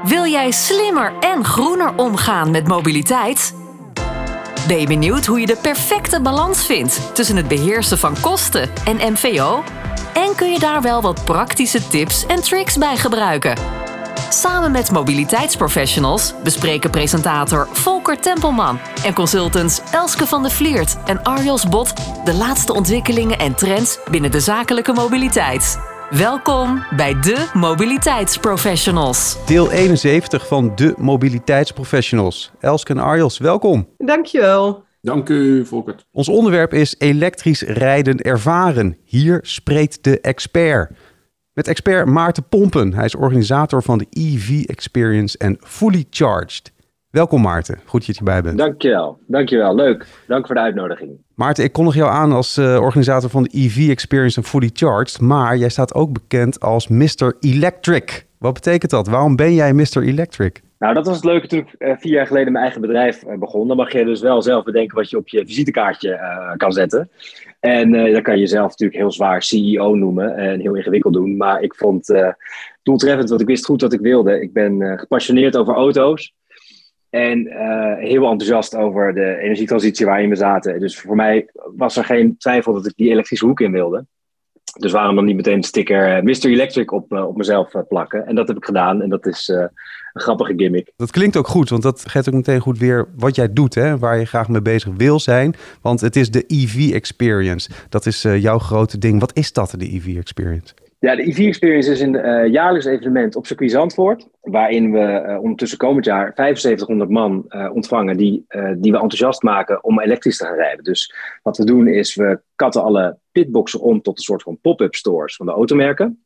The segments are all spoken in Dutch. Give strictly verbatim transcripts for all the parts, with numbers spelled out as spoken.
Wil jij slimmer en groener omgaan met mobiliteit? Ben je benieuwd hoe je de perfecte balans vindt tussen het beheersen van kosten en M V O? En kun je daar wel wat praktische tips en tricks bij gebruiken? Samen met mobiliteitsprofessionals bespreken presentator Volker Tempelman en consultants Elske van der Vliert en Arjos Bot de laatste ontwikkelingen en trends binnen de zakelijke mobiliteit. Welkom bij de Mobiliteitsprofessionals. Deel eenenzeventig van de Mobiliteitsprofessionals. Elske en Arjos, welkom. Dankjewel. Dank u, Volker. Ons onderwerp is elektrisch rijden ervaren. Hier spreekt de expert. Met expert Maarten Pompen. Hij is organisator van de E V Experience en Fully Charged. Welkom Maarten, goed dat je erbij bent. Dankjewel, dankjewel. Leuk. Dank voor de uitnodiging. Maarten, ik kondig jou aan als uh, organisator van de E V Experience en Fully Charged. Maar jij staat ook bekend als mister Electric. Wat betekent dat? Waarom ben jij mister Electric? Nou, dat was het leuke toen ik uh, vier jaar geleden mijn eigen bedrijf uh, begon. Dan mag je dus wel zelf bedenken wat je op je visitekaartje uh, kan zetten. En uh, dan kan je jezelf natuurlijk heel zwaar C E O noemen en heel ingewikkeld doen. Maar ik vond uh, doeltreffend, want ik wist goed wat ik wilde. Ik ben uh, gepassioneerd over auto's. En uh, heel enthousiast over de energietransitie waarin we zaten. Dus voor mij was er geen twijfel dat ik die elektrische hoek in wilde. Dus waarom dan niet meteen de sticker uh, mister Electric op, uh, op mezelf uh, plakken. En dat heb ik gedaan en dat is uh, een grappige gimmick. Dat klinkt ook goed, want dat geeft ook meteen goed weer wat jij doet. Hè? Waar je graag mee bezig wil zijn. Want het is de E V Experience. Dat is uh, jouw grote ding. Wat is dat, de E V Experience? Ja, de E V Experience is een uh, jaarlijks evenement op circuit Zandvoort. Waarin we uh, ondertussen komend jaar vijfenzeventighonderd man uh, ontvangen die, uh, die we enthousiast maken om elektrisch te gaan rijden. Dus wat we doen is we katten alle pitboxen om tot een soort van pop-up stores van de automerken.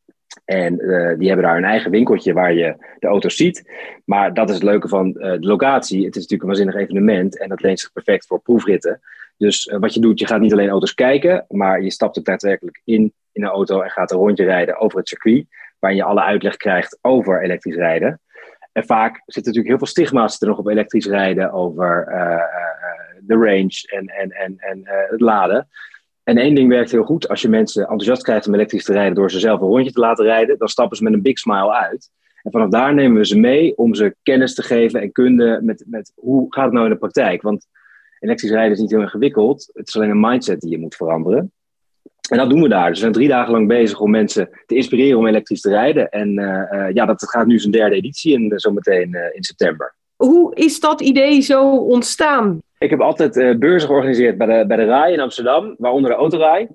En uh, die hebben daar een eigen winkeltje waar je de auto's ziet. Maar dat is het leuke van uh, de locatie. Het is natuurlijk een waanzinnig evenement en dat leent zich perfect voor proefritten. Dus uh, wat je doet, je gaat niet alleen auto's kijken, maar je stapt ook daadwerkelijk in, in een auto en gaat een rondje rijden over het circuit, waarin je alle uitleg krijgt over elektrisch rijden. En vaak zitten natuurlijk heel veel stigma's er nog op elektrisch rijden, over uh, uh, de range en, en, en, en uh, het laden. En één ding werkt heel goed. Als je mensen enthousiast krijgt om elektrisch te rijden door ze zelf een rondje te laten rijden, dan stappen ze met een big smile uit. En vanaf daar nemen we ze mee om ze kennis te geven en kunde met, met hoe gaat het nou in de praktijk. Want elektrisch rijden is niet heel ingewikkeld. Het is alleen een mindset die je moet veranderen. En dat doen we daar. Dus we zijn drie dagen lang bezig om mensen te inspireren om elektrisch te rijden. En uh, uh, ja, dat gaat nu zijn derde editie in, uh, zometeen uh, in september. Hoe is dat idee zo ontstaan? Ik heb altijd uh, beurzen georganiseerd bij de, bij de R A I in Amsterdam, waaronder de Autorij.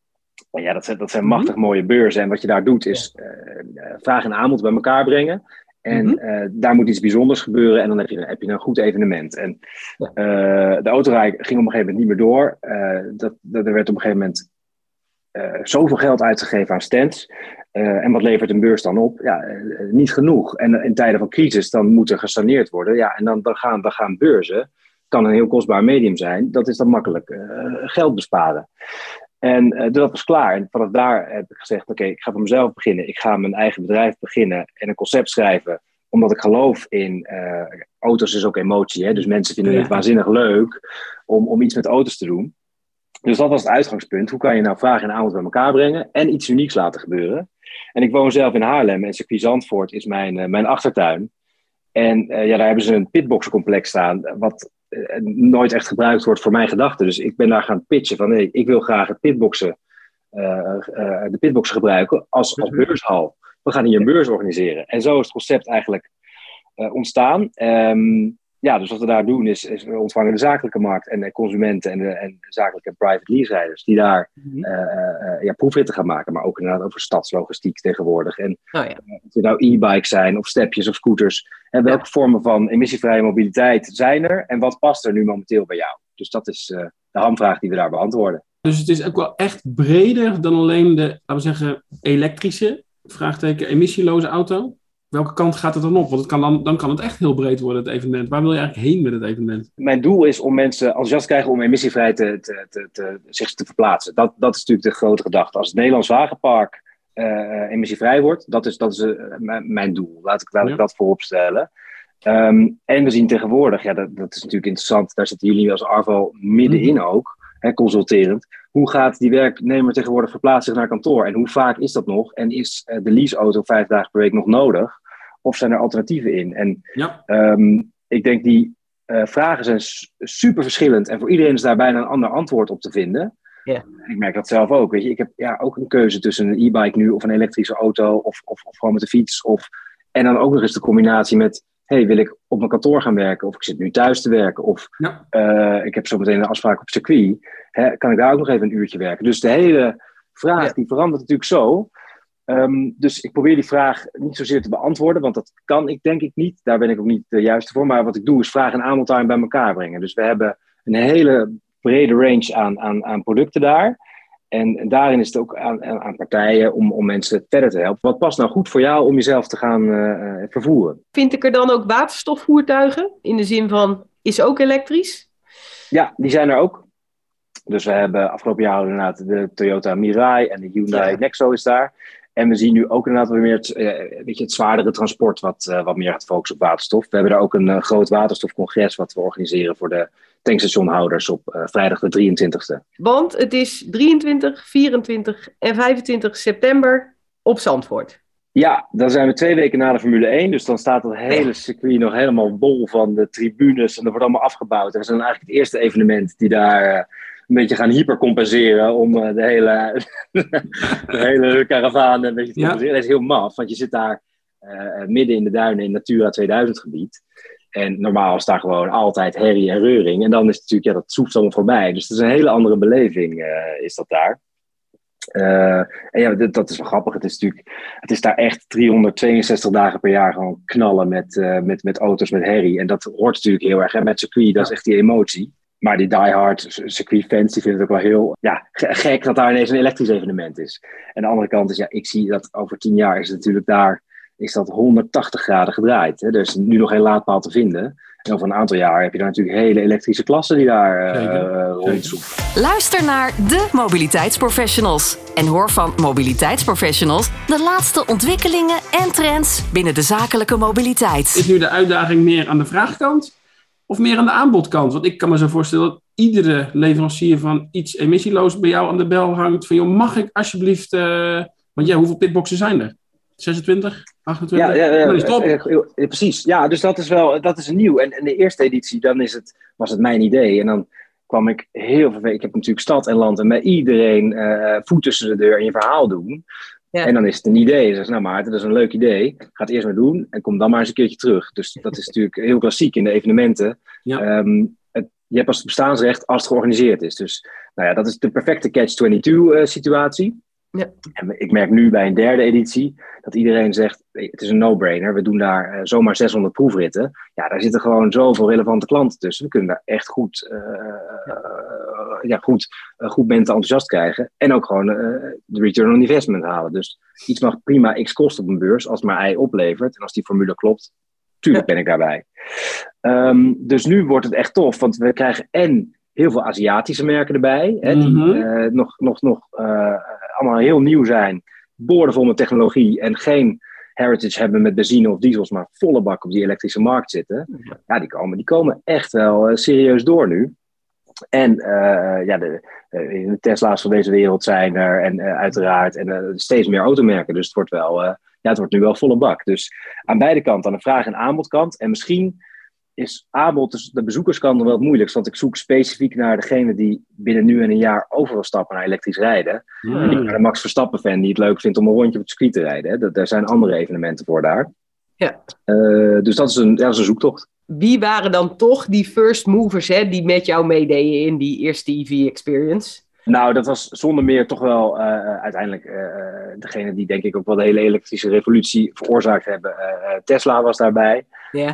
En ja, dat zijn, dat zijn mm-hmm. machtig mooie beurzen. En wat je daar doet is uh, vraag en aanbod bij elkaar brengen. En mm-hmm. uh, daar moet iets bijzonders gebeuren en dan heb je, heb je een goed evenement. En uh, de Autorij ging op een gegeven moment niet meer door. Uh, dat, dat, er werd op een gegeven moment uh, zoveel geld uitgegeven aan stands. Uh, en wat levert een beurs dan op? Ja, uh, niet genoeg. En in tijden van crisis dan moet er gesaneerd worden. Ja, en dan, dan, gaan, dan gaan beurzen, kan een heel kostbaar medium zijn. Dat is dan makkelijk uh, geld besparen. En uh, dat was klaar. En vanaf daar heb ik gezegd, oké, okay, ik ga voor mezelf beginnen. Ik ga mijn eigen bedrijf beginnen en een concept schrijven. Omdat ik geloof in uh, auto's is ook emotie. Hè? Dus mensen vinden het waanzinnig leuk om, om iets met auto's te doen. Dus dat was het uitgangspunt. Hoe kan je nou vraag en aanbod bij elkaar brengen en iets unieks laten gebeuren? En ik woon zelf in Haarlem en circuit Zandvoort is mijn, uh, mijn achtertuin. En uh, ja, daar hebben ze een pitboxencomplex staan, wat uh, nooit echt gebruikt wordt voor mijn gedachten. Dus ik ben daar gaan pitchen van, nee, ik wil graag het pitboxen, uh, uh, de pitboxen gebruiken als, als beurshal. We gaan hier een beurs organiseren. En zo is het concept eigenlijk uh, ontstaan. Um, ja, dus wat we daar doen is, is we ontvangen de zakelijke markt en de consumenten en de, en de zakelijke en private lease-rijders die daar mm-hmm. uh, uh, ja, proefritten gaan maken, maar ook inderdaad over stadslogistiek tegenwoordig. En oh, ja. uh, of het nou e-bikes zijn of stepjes of scooters. En welke ja. vormen van emissievrije mobiliteit zijn er en wat past er nu momenteel bij jou? Dus dat is uh, de hamvraag die we daar beantwoorden. Dus het is ook wel echt breder dan alleen de, laten we zeggen, elektrische, vraagteken, emissieloze auto? Welke kant gaat het dan op? Want het kan dan, dan kan het echt heel breed worden, het evenement. Waar wil je eigenlijk heen met het evenement? Mijn doel is om mensen enthousiast te krijgen om emissievrij te, te, te, te, zich te verplaatsen. Dat, dat is natuurlijk de grote gedachte. Als het Nederlands wagenpark uh, emissievrij wordt, dat is, dat is uh, mijn, mijn doel. Laat ik, laat ja. ik dat voorop stellen. Um, en we zien tegenwoordig, ja, dat, dat is natuurlijk interessant, daar zitten jullie als Arvo middenin mm. ook, hè, consulterend. Hoe gaat die werknemer tegenwoordig verplaatsen zich naar kantoor? En hoe vaak is dat nog? En is uh, de leaseauto vijf dagen per week nog nodig of zijn er alternatieven in? En Ja. um, ik denk die uh, vragen zijn super verschillend en voor iedereen is daar bijna een ander antwoord op te vinden. Ja. Ik merk dat zelf ook. Weet je, ik heb ja, ook een keuze tussen een e-bike nu of een elektrische auto of, of, of gewoon met de fiets. Of, en dan ook nog eens de combinatie met, hey, wil ik op mijn kantoor gaan werken of ik zit nu thuis te werken of Ja. uh, ik heb zo meteen een afspraak op circuit. Hè, kan ik daar ook nog even een uurtje werken? Dus de hele vraag Ja. die verandert natuurlijk zo. Um, dus ik probeer die vraag niet zozeer te beantwoorden, want dat kan ik denk ik niet. Daar ben ik ook niet de juiste voor. Maar wat ik doe is vraag en aanbod daarin bij elkaar brengen. Dus we hebben een hele brede range aan, aan, aan producten daar. En, en daarin is het ook aan, aan partijen om, om mensen verder te helpen. Wat past nou goed voor jou om jezelf te gaan uh, vervoeren? Vind ik er dan ook waterstofvoertuigen? In de zin van, is ook elektrisch? Ja, die zijn er ook. Dus we hebben afgelopen jaar inderdaad de Toyota Mirai en de Hyundai Ja. Nexo is daar. En we zien nu ook inderdaad weer meer het, uh, weet je, het zwaardere transport wat, uh, wat meer gaat focussen op waterstof. We hebben daar ook een uh, groot waterstofcongres wat we organiseren voor de tankstationhouders op uh, vrijdag de drieëntwintigste. Want het is drieëntwintig, vierentwintig en vijfentwintig september op Zandvoort. Ja, dan zijn we twee weken na de Formule één. Dus dan staat het hele circuit nog helemaal bol van de tribunes. En dat wordt allemaal afgebouwd. En we zijn eigenlijk het eerste evenement die daar uh, een beetje gaan hypercompenseren. Om uh, de hele, de hele karavaan een beetje te Ja. compenseren. Dat is heel maf, want je zit daar uh, midden in de duinen in Natura tweeduizend gebied. En normaal is daar gewoon altijd herrie en reuring. En dan is het natuurlijk, ja, dat soeft allemaal voorbij. Dus dat is een hele andere beleving, uh, is dat daar. Uh, en ja, dat, dat is wel grappig. Het is natuurlijk, het is daar echt driehonderdtweeënzestig dagen per jaar gewoon knallen met, uh, met, met auto's, met herrie. En dat hoort natuurlijk heel erg, hè, met circuit, dat is echt die emotie. Maar die diehard circuitfans, die vinden het ook wel heel ja, gek dat daar ineens een elektrisch evenement is. En aan de andere kant is, ja, ik zie dat over tien jaar is het natuurlijk daar, is dat honderdtachtig graden gedraaid. Hè? Er is nu nog geen laadpaal te vinden. En over een aantal jaar heb je daar natuurlijk hele elektrische klassen die daar uh, rondzoeken. Luister naar de mobiliteitsprofessionals. En hoor van mobiliteitsprofessionals de laatste ontwikkelingen en trends binnen de zakelijke mobiliteit. Is nu de uitdaging meer aan de vraagkant of meer aan de aanbodkant? Want ik kan me zo voorstellen dat iedere leverancier van iets emissieloos bij jou aan de bel hangt. Van, joh, mag ik alsjeblieft... Uh, want ja, hoeveel pitboxen zijn er? zesentwintig, achtentwintig? Ja, ja, ja, dat is top. ja, ja, precies. Ja, dus dat is wel dat is nieuw. En, en de eerste editie, dan is het, was het mijn idee. En dan kwam ik heel veel... Ik heb natuurlijk stad en land en met iedereen uh, voet tussen de deur en je verhaal doen. Ja. En dan is het een idee. Je zegt, nou Maarten, dat is een leuk idee. Ga het eerst maar doen en kom dan maar eens een keertje terug. Dus dat is natuurlijk heel klassiek in de evenementen. Ja. Um, het, je hebt pas het bestaansrecht als het georganiseerd is. Dus nou ja, dat is de perfecte catch twenty-two uh, situatie. Ja. En ik merk nu bij een derde editie dat iedereen zegt, het is een no-brainer. We doen daar uh, zomaar zeshonderd proefritten. Ja, daar zitten gewoon zoveel relevante klanten tussen. We kunnen daar echt goed, uh, uh, ja, goed, uh, goed mensen enthousiast krijgen. En ook gewoon uh, de return on investment halen. Dus iets mag prima x kosten op een beurs als het maar y oplevert. En als die formule klopt, tuurlijk ben ik daarbij. Um, dus nu wordt het echt tof, want we krijgen en heel veel Aziatische merken erbij. Hè, die Mm-hmm. uh, nog, nog, nog uh, allemaal heel nieuw zijn. Boordevol met technologie en geen heritage hebben met benzine of diesels, maar volle bak op die elektrische markt zitten. Ja, die komen, die komen echt wel uh, serieus door nu. En uh, ja, de, uh, de Tesla's van deze wereld zijn er en uh, uiteraard en uh, steeds meer automerken. Dus het wordt wel, uh, ja, het wordt nu wel volle bak. Dus aan beide kanten, aan de vraag- en aanbodkant. En misschien is aanbod, dus de bezoekerskant nog wel het moeilijkst. Want ik zoek specifiek naar degene die binnen nu en een jaar over wil stappen naar elektrisch rijden. Mm. En niet naar de Max Verstappen-fan die het leuk vindt om een rondje op het circuit te rijden. Hè. Dat, daar zijn andere evenementen voor daar. Ja. Uh, dus dat is, een, ja, dat is een zoektocht. Wie waren dan toch die first movers, hè, die met jou meededen in die eerste E V-experience? Nou, dat was zonder meer toch wel uh, uiteindelijk uh, degene die denk ik ook wel de hele elektrische revolutie veroorzaakt hebben. Uh, Tesla was daarbij. Ja.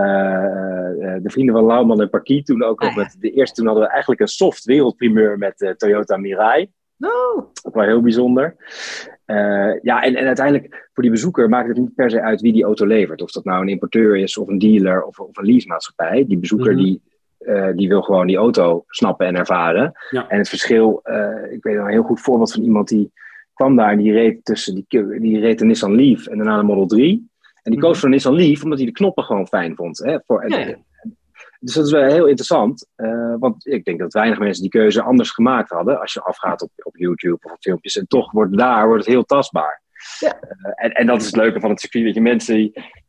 Uh, uh, de vrienden van Lauwman en Parkiet toen ook Ah, nog met de eerste. Toen hadden we eigenlijk een soft wereldprimeur met uh, Toyota Mirai. Oh. Ook wel heel bijzonder. Uh, ja, en, en uiteindelijk voor die bezoeker maakt het niet per se uit wie die auto levert. Of dat nou een importeur is of een dealer of, of een leasemaatschappij. Die bezoeker mm-hmm. die, uh, die wil gewoon die auto snappen en ervaren. Ja. En het verschil, uh, ik weet nog een heel goed voorbeeld van iemand die kwam daar en die reed tussen die, die reed een Nissan Leaf en daarna de Model drie. En die koos mm-hmm. voor een Nissan Leaf omdat hij de knoppen gewoon fijn vond. Hè, voor, ja, ja. Dus dat is wel heel interessant. Uh, want ik denk dat weinig mensen die keuze anders gemaakt hadden. Als je afgaat op, op YouTube of op filmpjes. En toch wordt daar wordt het heel tastbaar. Ja. Uh, en, en dat is het leuke van het circuit. Dat je mensen die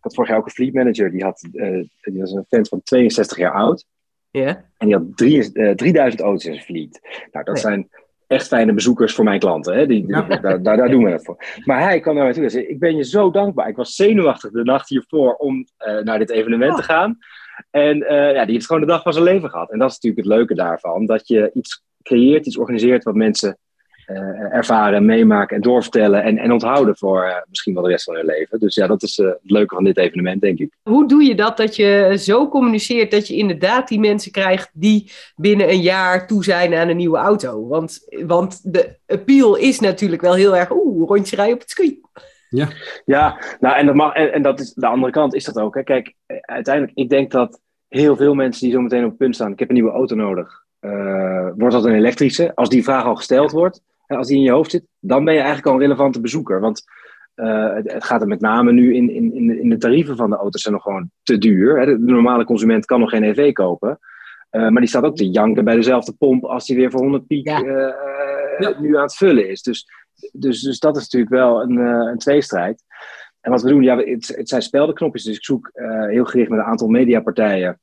had vorig jaar ook een fleet manager, die, had, uh, die was een vent van tweeënzestig jaar oud. Ja. En die had drie, uh, drieduizend auto's in zijn fleet. Nou, dat ja. zijn echt fijne bezoekers voor mijn klanten. Hè? Die, die, ja. daar, daar, daar doen we het voor. Maar hij kwam naar mij toe en zei, ik ben je zo dankbaar. Ik was zenuwachtig de nacht hiervoor om uh, naar dit evenement oh. te gaan. En uh, ja, die heeft gewoon de dag van zijn leven gehad. En dat is natuurlijk het leuke daarvan. Dat je iets creëert, iets organiseert wat mensen uh, ervaren, meemaken en doorvertellen. En, en onthouden voor uh, misschien wel de rest van hun leven. Dus ja, dat is uh, het leuke van dit evenement, denk ik. Hoe doe je dat, dat je zo communiceert dat je inderdaad die mensen krijgt die binnen een jaar toe zijn aan een nieuwe auto? Want, want de appeal is natuurlijk wel heel erg, oeh, rondje rijden op het circuit. Ja, ja nou, en, dat mag, en, en dat is de andere kant is dat ook. Hè. Kijk, uiteindelijk, ik denk dat heel veel mensen die zo meteen op het punt staan, ik heb een nieuwe auto nodig, uh, wordt dat een elektrische? Als die vraag al gesteld wordt, als die in je hoofd zit, dan ben je eigenlijk al een relevante bezoeker. Want uh, het, het gaat er met name nu in, in, in, de, in de tarieven van de auto's zijn nog gewoon te duur. Hè. De, de normale consument kan nog geen E V kopen. Uh, maar die staat ook te janken bij dezelfde pomp als die weer voor honderd piek ja. uh, ja. nu aan het vullen is. Dus Dus, dus dat is natuurlijk wel een, uh, een tweestrijd. En wat we doen, ja, het, het zijn speldenknopjes. Dus ik zoek uh, heel gericht met een aantal mediapartijen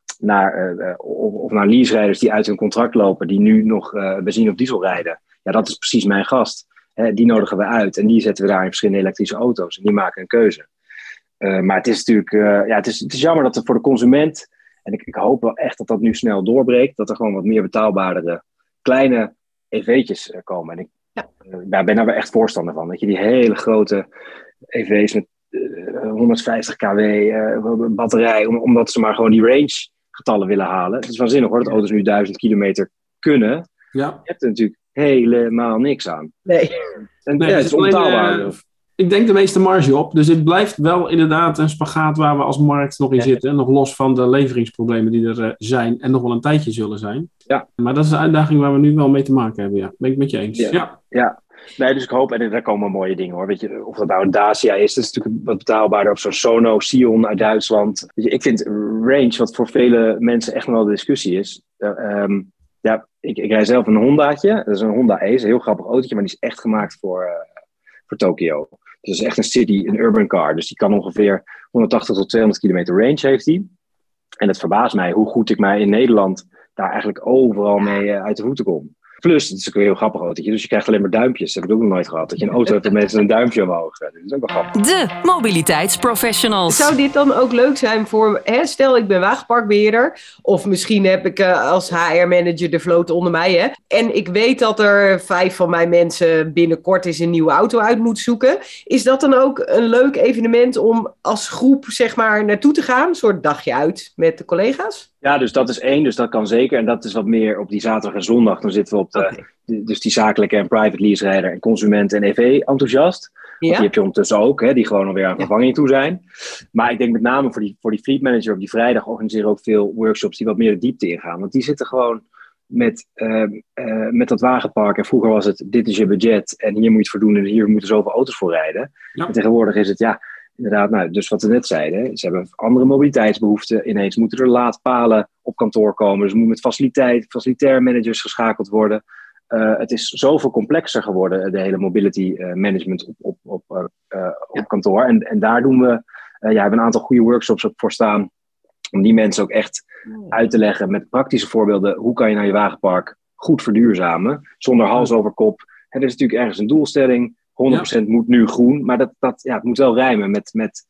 naar, uh, of, of naar leaserijders die uit hun contract lopen, die nu nog uh, benzine of diesel rijden. Ja, dat is precies mijn gast. Hè, die nodigen we uit en die zetten we daar in verschillende elektrische auto's. En die maken een keuze. Uh, maar het is natuurlijk, uh, ja, het is, het is jammer dat er voor de consument, en ik, ik hoop wel echt dat dat nu snel doorbreekt, dat er gewoon wat meer betaalbaardere kleine E V'tjes uh, komen. En ik Ja. Ik ben daar wel echt voorstander van. Dat je die hele grote E V's met uh, honderdvijftig kilowatt uh, batterij, om, omdat ze maar gewoon die range getallen willen halen. Het is waanzinnig hoor, dat auto's nu duizend kilometer kunnen. Ja. Je hebt er natuurlijk helemaal niks aan. Nee. En, nee ja, het is onbetaalbaar. Uh, ik denk de meeste marge op. Dus het blijft wel inderdaad een spagaat waar we als markt nog in ja. zitten. Nog los van de leveringsproblemen die er uh, zijn en nog wel een tijdje zullen zijn. Ja. Maar dat is de uitdaging waar we nu wel mee te maken hebben. Ja. Ben ik met je eens. Ja. ja. ja. Nee, dus ik hoop, en daar komen mooie dingen hoor. Weet je, of dat nou een Dacia is, dat is natuurlijk wat betaalbaarder. Of zo'n Sono, Sion uit Duitsland. Weet je, ik vind range, wat voor vele mensen echt nog wel de discussie is. Uh, um, ja, ik, ik rij zelf een Hondaatje. Dat is een Honda Ace, een heel grappig autootje, maar die is echt gemaakt voor, uh, voor Tokio. Dus dat is echt een city, een urban car. Dus die kan ongeveer honderdtachtig tot tweehonderd kilometer range heeft die. En het verbaast mij hoe goed ik mij in Nederland daar eigenlijk overal mee uh, uit de voeten kom. Plus, het is ook een heel grappig autootje, dus je krijgt alleen maar duimpjes. Dat heb ik ook nog nooit gehad. Dat je een auto hebt dat mensen een duimpje omhoog zetten. Dat is ook wel grappig. De mobiliteitsprofessionals. Zou dit dan ook leuk zijn voor, hè, stel ik ben wagenparkbeheerder, of misschien heb ik uh, als H R-manager de vloot onder mij, hè, en ik weet dat er vijf van mijn mensen binnenkort eens een nieuwe auto uit moeten zoeken. Is dat dan ook een leuk evenement om als groep zeg maar naartoe te gaan? Een soort dagje uit met de collega's? Ja, dus dat is één, dus dat kan zeker. En dat is wat meer op die zaterdag en zondag. Dan zitten we op de, okay. de, dus die zakelijke en private lease-rijder en consument en E V-enthousiast. Ja. Die heb je ondertussen ook, hè, die gewoon alweer aan vervanging ja. toe zijn. Maar ik denk met name voor die, voor die fleet manager op die vrijdag organiseren ook veel workshops die wat meer de diepte ingaan. Want die zitten gewoon met, uh, uh, met dat wagenpark. En vroeger was het, dit is je budget en hier moet je het voor doen en hier moeten zoveel auto's voor rijden. Ja. En tegenwoordig is het, ja... Inderdaad, nou, dus wat we net zeiden, ze hebben andere mobiliteitsbehoeften. Ineens moeten er laadpalen op kantoor komen. Dus er moet met faciliteit, facilitair managers geschakeld worden. Uh, het is zoveel complexer geworden, de hele mobility uh, management op, op, op, uh, uh, op ja. kantoor. En, en daar doen we, uh, ja, hebben een aantal goede workshops op voor staan. Om die mensen ook echt uit te leggen met praktische voorbeelden. Hoe kan je nou je wagenpark goed verduurzamen, zonder hals over kop. En er is natuurlijk ergens een doelstelling. honderd procent ja. moet nu groen, maar dat, dat, ja, het moet wel rijmen met, met,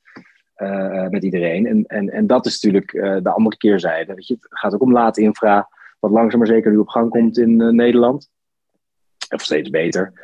uh, met iedereen. En, en, en dat is natuurlijk uh, de andere keerzijde. Weet je, het gaat ook om laadinfra, wat langzaam maar zeker nu op gang komt in uh, Nederland. Of steeds beter.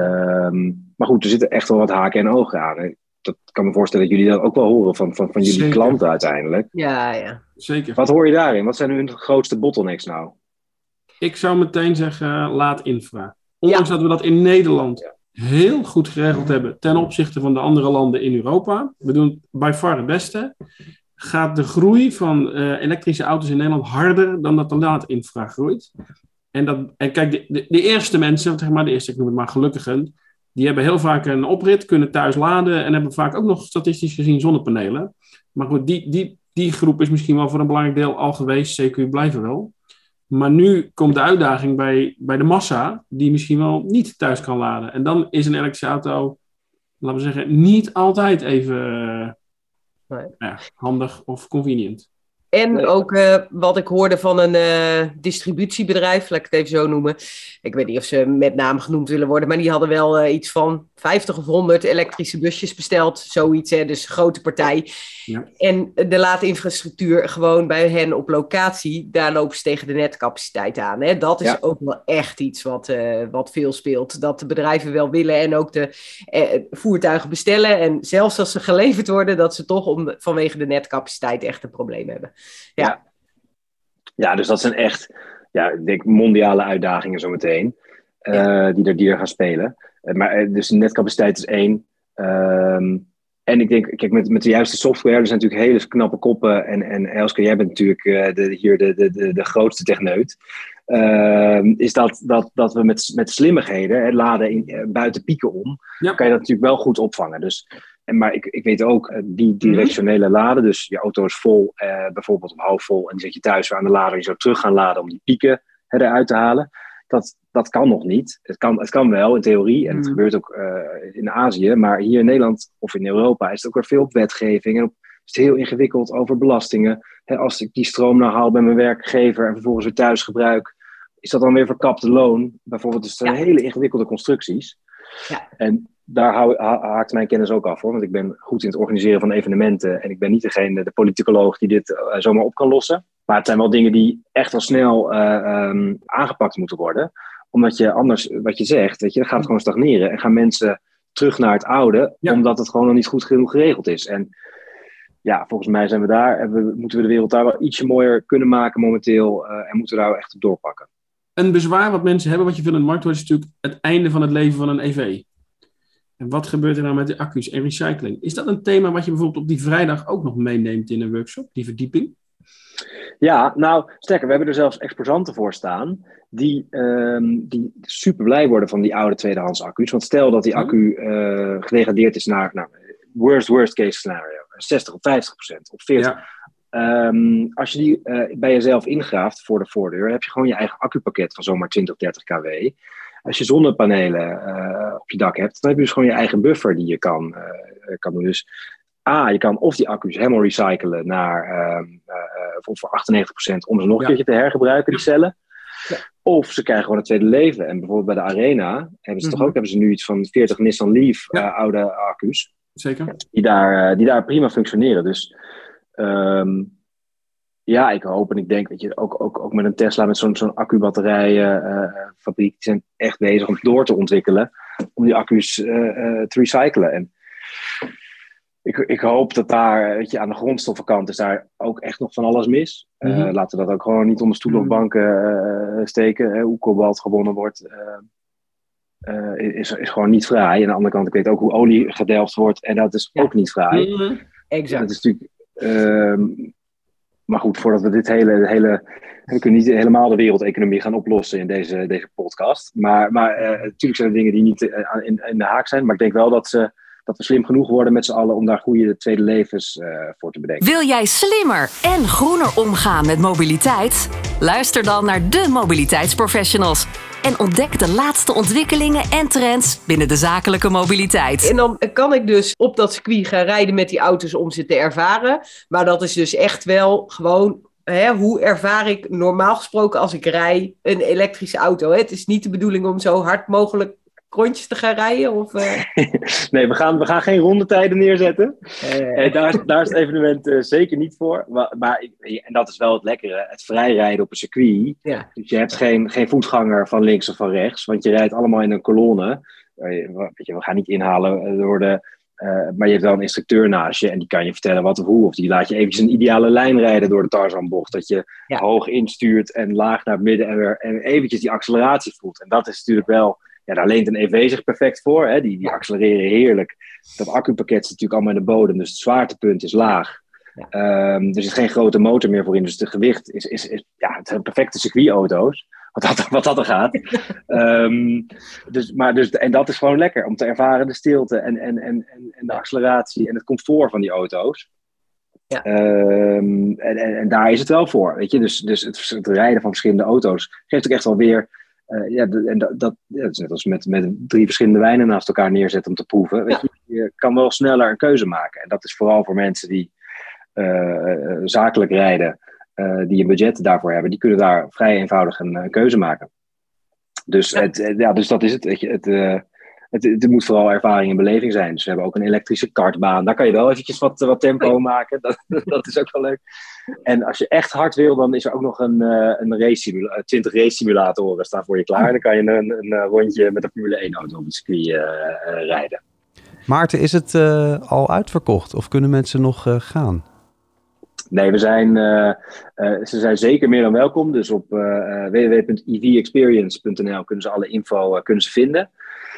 Um, maar goed, er zitten echt wel wat haken en ogen aan. Ik dat kan me voorstellen dat jullie dat ook wel horen van, van, van jullie zeker. Klanten uiteindelijk. Ja, ja. Zeker. Wat hoor je daarin? Wat zijn hun grootste bottlenecks nou? Ik zou meteen zeggen uh, laadinfra. Ondanks ja. dat we dat in Nederland... Ja. heel goed geregeld hebben ten opzichte van de andere landen in Europa. We doen by far het beste. Gaat de groei van uh, elektrische auto's in Nederland harder dan dat de laadinfra groeit. En, dat, en kijk, de, de, de eerste mensen, zeg maar, de eerste, ik noem het maar gelukkigen, die hebben heel vaak een oprit, kunnen thuis laden en hebben vaak ook nog statistisch gezien zonnepanelen. Maar goed, die, die, die groep is misschien wel voor een belangrijk deel al geweest, C Q blijven wel. Maar nu komt de uitdaging bij, bij de massa, die misschien wel niet thuis kan laden. En dan is een elektrische auto, laten we zeggen, niet altijd even Nee. Ja, handig of convenient. En Nee. ook uh, wat ik hoorde van een uh, distributiebedrijf, laat ik het even zo noemen. Ik weet niet of ze met naam genoemd willen worden, maar die hadden wel uh, iets van vijftig of honderd elektrische busjes besteld. Zoiets, hè, dus een grote partij. Ja. En de laadinfrastructuur gewoon bij hen op locatie, daar lopen ze tegen de netcapaciteit aan. Hè. Dat is ja. ook wel echt iets wat, uh, wat veel speelt. Dat de bedrijven wel willen en ook de uh, voertuigen bestellen. En zelfs als ze geleverd worden, dat ze toch om, vanwege de netcapaciteit echt een probleem hebben. Ja. Ja. ja, dus dat zijn echt, ja, ik denk mondiale uitdagingen zometeen, uh, ja. die, er, die er gaan spelen. Uh, maar uh, dus de netcapaciteit is één. Um, en ik denk, kijk, met, met de juiste software, er zijn natuurlijk hele knappe koppen. En, en Elske, jij bent natuurlijk uh, de, hier de, de, de, de grootste techneut. Uh, is dat, dat, dat we met, met slimmigheden, hè, laden in, uh, buiten pieken om, ja. kan je dat natuurlijk wel goed opvangen. Dus... En, maar ik, ik weet ook, uh, die directionele laden, dus je auto is vol, uh, bijvoorbeeld om half vol, en die zet je thuis weer aan de lader en je zou terug gaan laden om die pieken hè, eruit te halen. Dat, dat kan nog niet. Het kan, het kan wel in theorie, en het mm. gebeurt ook uh, in Azië, maar hier in Nederland of in Europa is het ook weer veel op wetgeving en op, is het heel ingewikkeld over belastingen. Hè, als ik die stroom nou haal bij mijn werkgever en vervolgens weer thuis gebruik, is dat dan weer verkapte loon? Bijvoorbeeld, dus het zijn ja. hele ingewikkelde constructies. Ja. En daar hou, ha, haakt mijn kennis ook af, hoor. Want ik ben goed in het organiseren van evenementen. En ik ben niet degene, de politicoloog, die dit uh, zomaar op kan lossen. Maar het zijn wel dingen die echt wel snel uh, um, aangepakt moeten worden. Omdat je anders, wat je zegt, weet je, dan gaat het gewoon stagneren. En gaan mensen terug naar het oude, ja. omdat het gewoon nog niet goed genoeg geregeld is. En ja, volgens mij zijn we daar. En we, moeten we de wereld daar wel ietsje mooier kunnen maken momenteel. Uh, en moeten we daar echt op doorpakken. Een bezwaar wat mensen hebben, wat je veel in de markt hoort, is natuurlijk het einde van het leven van een E V. En wat gebeurt er nou met de accu's en recycling? Is dat een thema wat je bijvoorbeeld op die vrijdag ook nog meeneemt in een workshop, die verdieping? Ja, nou, sterker, we hebben er zelfs exposanten voor staan die, um, die super blij worden van die oude tweedehands accu's. Want stel dat die accu uh, gedegradeerd is naar, naar worst, worst case scenario, zestig of vijftig procent of veertig. Ja. Um, als je die uh, bij jezelf ingraaft voor de voordeur, heb je gewoon je eigen accupakket van zomaar twintig, dertig kilowatt. Als je zonnepanelen uh, op je dak hebt, dan heb je dus gewoon je eigen buffer die je kan, uh, kan doen. Dus A, je kan of die accu's helemaal recyclen naar, uh, uh, voor achtennegentig procent om ze nog een ja. keertje te hergebruiken, die cellen. Ja. Of ze krijgen gewoon een tweede leven. En bijvoorbeeld bij de Arena hebben ze mm-hmm. toch ook hebben ze nu iets van veertig Nissan Leaf ja. uh, oude accu's. Zeker. Die daar, uh, die daar prima functioneren. Dus um, ja, ik hoop en ik denk, weet je, ook, ook, ook met een Tesla, met zo'n, zo'n accubatterijenfabriek, uh, die zijn echt bezig om door te ontwikkelen, om die accu's uh, uh, te recyclen. En ik, ik hoop dat daar, weet je, aan de grondstoffenkant is daar ook echt nog van alles mis. Mm-hmm. Uh, laten we dat ook gewoon niet onder stoelen of banken uh, steken. Hè, hoe kobalt gewonnen wordt, uh, uh, is, is gewoon niet vrij. En aan de andere kant, ik weet ook hoe olie gedelft wordt en dat is ja. ook niet vrij. Mm-hmm. Exact. Dat is natuurlijk... Uh, Maar goed, voordat we dit hele, hele... We kunnen niet helemaal de wereldeconomie gaan oplossen in deze, deze podcast. Maar, maar uh, natuurlijk zijn er dingen die niet uh, in, in de haak zijn. Maar ik denk wel dat, ze, dat we slim genoeg worden met z'n allen om daar goede tweede levens uh, voor te bedenken. Wil jij slimmer en groener omgaan met mobiliteit? Luister dan naar de mobiliteitsprofessionals. En ontdek de laatste ontwikkelingen en trends binnen de zakelijke mobiliteit. En dan kan ik dus op dat circuit gaan rijden met die auto's om ze te ervaren. Maar dat is dus echt wel gewoon... Hè, hoe ervaar ik normaal gesproken als ik rij een elektrische auto? Hè? Het is niet de bedoeling om zo hard mogelijk rondjes te gaan rijden? Of, uh... nee, we gaan, we gaan geen rondetijden neerzetten. Uh, en daar, daar is het evenement uh, zeker niet voor. Maar, maar, en dat is wel het lekkere, het vrijrijden op een circuit. Ja. Dus je hebt geen, geen voetganger van links of van rechts, want je rijdt allemaal in een kolonne. Uh, weet je, we gaan niet inhalen door de... Uh, maar je hebt wel een instructeur naast je en die kan je vertellen wat of hoe. Of die laat je eventjes een ideale lijn rijden door de Tarzanbocht. Dat je ja. hoog instuurt en laag naar het midden en, weer, en eventjes die acceleratie voelt. En dat is natuurlijk wel... Ja, daar leent een E V zich perfect voor. Hè? Die, die accelereren heerlijk. Dat accupakket zit natuurlijk allemaal in de bodem. Dus het zwaartepunt is laag. Ja. Um, er zit geen grote motor meer voor in. Dus het gewicht is... is, is ja, het zijn perfecte circuitauto's. Wat dat, wat dat er gaat. um, dus, maar dus, en dat is gewoon lekker. Om te ervaren de stilte en, en, en, en de acceleratie en het comfort van die auto's. Ja. Um, en, en, en daar is het wel voor. Weet je? Dus, dus het, het rijden van verschillende auto's geeft ook echt wel weer... Uh, ja, de, en dat, dat, ja, dat is net als met, met drie verschillende wijnen naast elkaar neerzetten om te proeven. Weet ja. je, je kan wel sneller een keuze maken. En dat is vooral voor mensen die uh, zakelijk rijden, uh, die een budget daarvoor hebben, die kunnen daar vrij eenvoudig een, een keuze maken. Dus, ja. Het, ja, dus dat is het. Het, het, uh, het, het moet vooral ervaring en beleving zijn. Dus we hebben ook een elektrische kartbaan. Daar kan je wel eventjes wat, wat tempo maken. Dat, dat is ook wel leuk. En als je echt hard wil, dan is er ook nog een, uh, een race simula- twintig race simulatoren staan voor je klaar. Dan kan je een, een rondje met een Formule één auto op het circuit uh, uh, rijden. Maarten, is het uh, al uitverkocht of kunnen mensen nog uh, gaan? Nee, we zijn, uh, uh, ze zijn zeker meer dan welkom. Dus op uh, w w w punt e v experience punt n l kunnen ze alle info uh, kunnen ze vinden.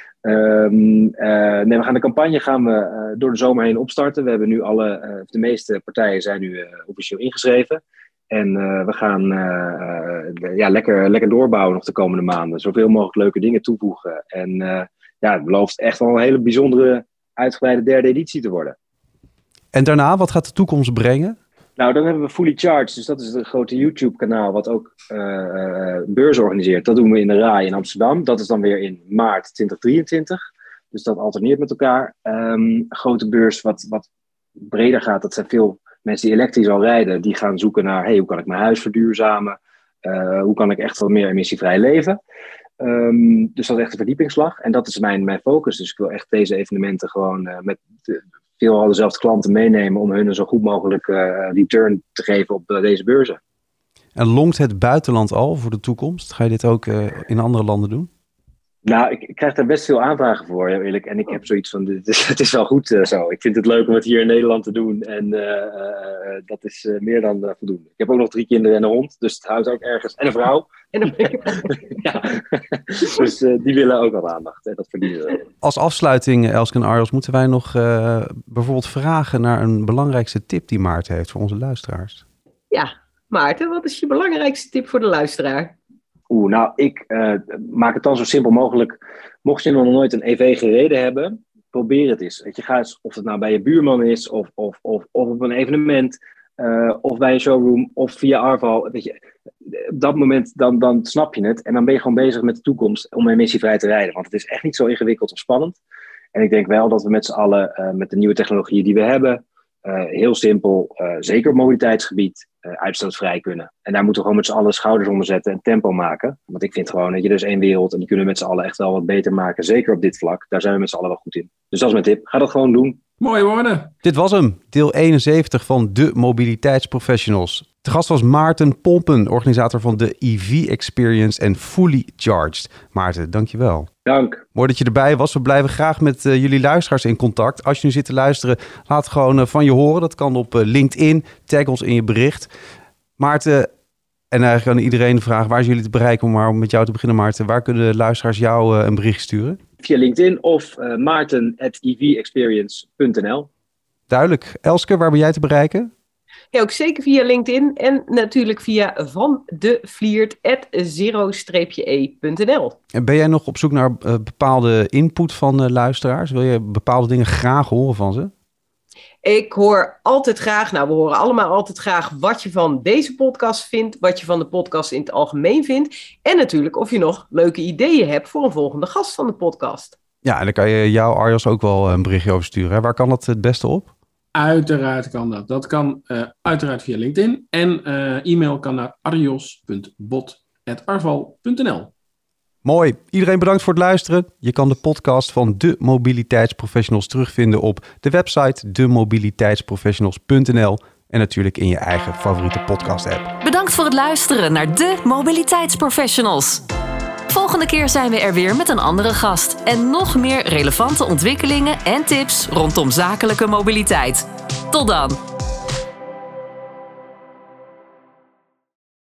Um, uh, nee, we gaan de campagne gaan we uh, door de zomer heen opstarten. We hebben nu alle, uh, de meeste partijen zijn nu uh, officieel ingeschreven. En uh, we gaan uh, uh, ja, lekker, lekker doorbouwen nog de komende maanden. Zoveel mogelijk leuke dingen toevoegen. En uh, ja, het belooft echt wel een hele bijzondere, uitgebreide derde editie te worden. En daarna, wat gaat de toekomst brengen? Nou, dan hebben we Fully Charged. Dus dat is het grote YouTube-kanaal wat ook uh, beurzen organiseert. Dat doen we in de RAI in Amsterdam. Dat is dan weer in maart twintig drieëntwintig. Dus dat alterneert met elkaar. Um, een grote beurs wat, wat breder gaat. Dat zijn veel mensen die elektrisch al rijden. Die gaan zoeken naar, hey, hoe kan ik mijn huis verduurzamen? Uh, hoe kan ik echt wat meer emissievrij leven? Um, dus dat is echt een verdiepingsslag. En dat is mijn, mijn focus. Dus ik wil echt deze evenementen gewoon uh, met... De, veelal dezelfde klanten meenemen om hun een zo goed mogelijk uh, return te geven op uh, deze beurzen. En longt het buitenland al voor de toekomst? Ga je dit ook uh, in andere landen doen? Nou, ik, ik krijg daar best veel aanvragen voor, heel eerlijk. En ik heb zoiets van, dit is, het is wel goed uh, zo. Ik vind het leuk om het hier in Nederland te doen. En uh, uh, dat is uh, meer dan uh, voldoende. Ik heb ook nog drie kinderen en een hond. Dus het houdt ook ergens. En een vrouw. En een ja. Dus uh, die willen ook wat aandacht. En dat verdienen we. Als afsluiting, Elske en Arjos, moeten wij nog uh, bijvoorbeeld vragen naar een belangrijkste tip die Maarten heeft voor onze luisteraars? Ja, Maarten, wat is je belangrijkste tip voor de luisteraar? Oeh, nou, ik uh, maak het dan zo simpel mogelijk. Mocht je nog nooit een E V gereden hebben, probeer het eens. Weet je, ga eens, of het nou bij je buurman is, of, of, of, of op een evenement, uh, of bij een showroom, of via Arval. Weet je, op dat moment dan, dan snap je het. En dan ben je gewoon bezig met de toekomst om emissievrij te rijden. Want het is echt niet zo ingewikkeld of spannend. En ik denk wel dat we met z'n allen, uh, met de nieuwe technologieën die we hebben, Uh, heel simpel, uh, zeker op mobiliteitsgebied, uh, uitstootvrij kunnen. En daar moeten we gewoon met z'n allen schouders onder zetten en tempo maken. Want ik vind gewoon dat je er is één wereld en die kunnen we met z'n allen echt wel wat beter maken. Zeker op dit vlak. Daar zijn we met z'n allen wel goed in. Dus dat is mijn tip. Ga dat gewoon doen. Mooie woorden. Dit was hem, deel eenenzeventig van de Mobiliteitsprofessionals. De gast was Maarten Pompen, organisator van de E V Experience en Fully Charged. Maarten, dankjewel. Dank. Mooi dat je erbij was. We blijven graag met uh, jullie luisteraars in contact. Als je nu zit te luisteren, laat gewoon uh, van je horen. Dat kan op uh, LinkedIn. Tag ons in je bericht. Maarten, en eigenlijk aan iedereen de vraag, waar is jullie te bereiken? Om maar met jou te beginnen, Maarten. Waar kunnen de luisteraars jou uh, een bericht sturen? Via LinkedIn of uh, maarten at e v experience punt n l. Duidelijk. Elske, waar ben jij te bereiken? Ja, ook zeker via LinkedIn en natuurlijk via vandevliert at zero e punt n l. En ben jij nog op zoek naar uh, bepaalde input van uh, luisteraars? Wil je bepaalde dingen graag horen van ze? Ik hoor altijd graag, nou we horen allemaal altijd graag wat je van deze podcast vindt, wat je van de podcast in het algemeen vindt. En natuurlijk of je nog leuke ideeën hebt voor een volgende gast van de podcast. Ja, en dan kan je jou, Arjos, ook wel een berichtje over sturen. Hè? Waar kan dat het beste op? Uiteraard kan dat. Dat kan uh, uiteraard via LinkedIn. En uh, e-mail kan naar arjos punt bot at arval punt n l. Mooi. Iedereen bedankt voor het luisteren. Je kan de podcast van de Mobiliteitsprofessionals terugvinden op de website de mobiliteitsprofessionals punt n l en natuurlijk in je eigen favoriete podcast-app. Bedankt voor het luisteren naar de Mobiliteitsprofessionals. Volgende keer zijn we er weer met een andere gast en nog meer relevante ontwikkelingen en tips rondom zakelijke mobiliteit. Tot dan!